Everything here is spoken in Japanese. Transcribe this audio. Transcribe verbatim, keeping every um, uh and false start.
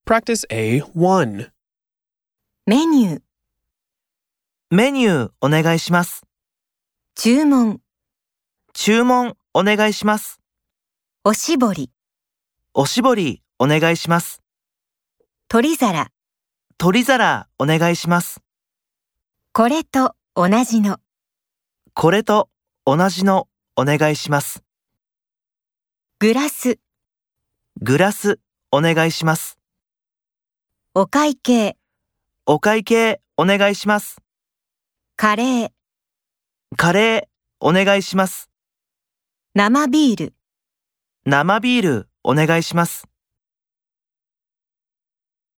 Practiceエーワン. メニュー、 メニューお願いします。 注文、 注文お願いします。 おしぼり、 おしぼりお願いします。 取り皿、 取り皿お願いします。 これと同じの、 これと同じのお願いします。 グラス、 グラスお願いします。 お会計、 お会計お願いします。 カレー、 カレーお願いします。 生ビール。 生ビールお願いします。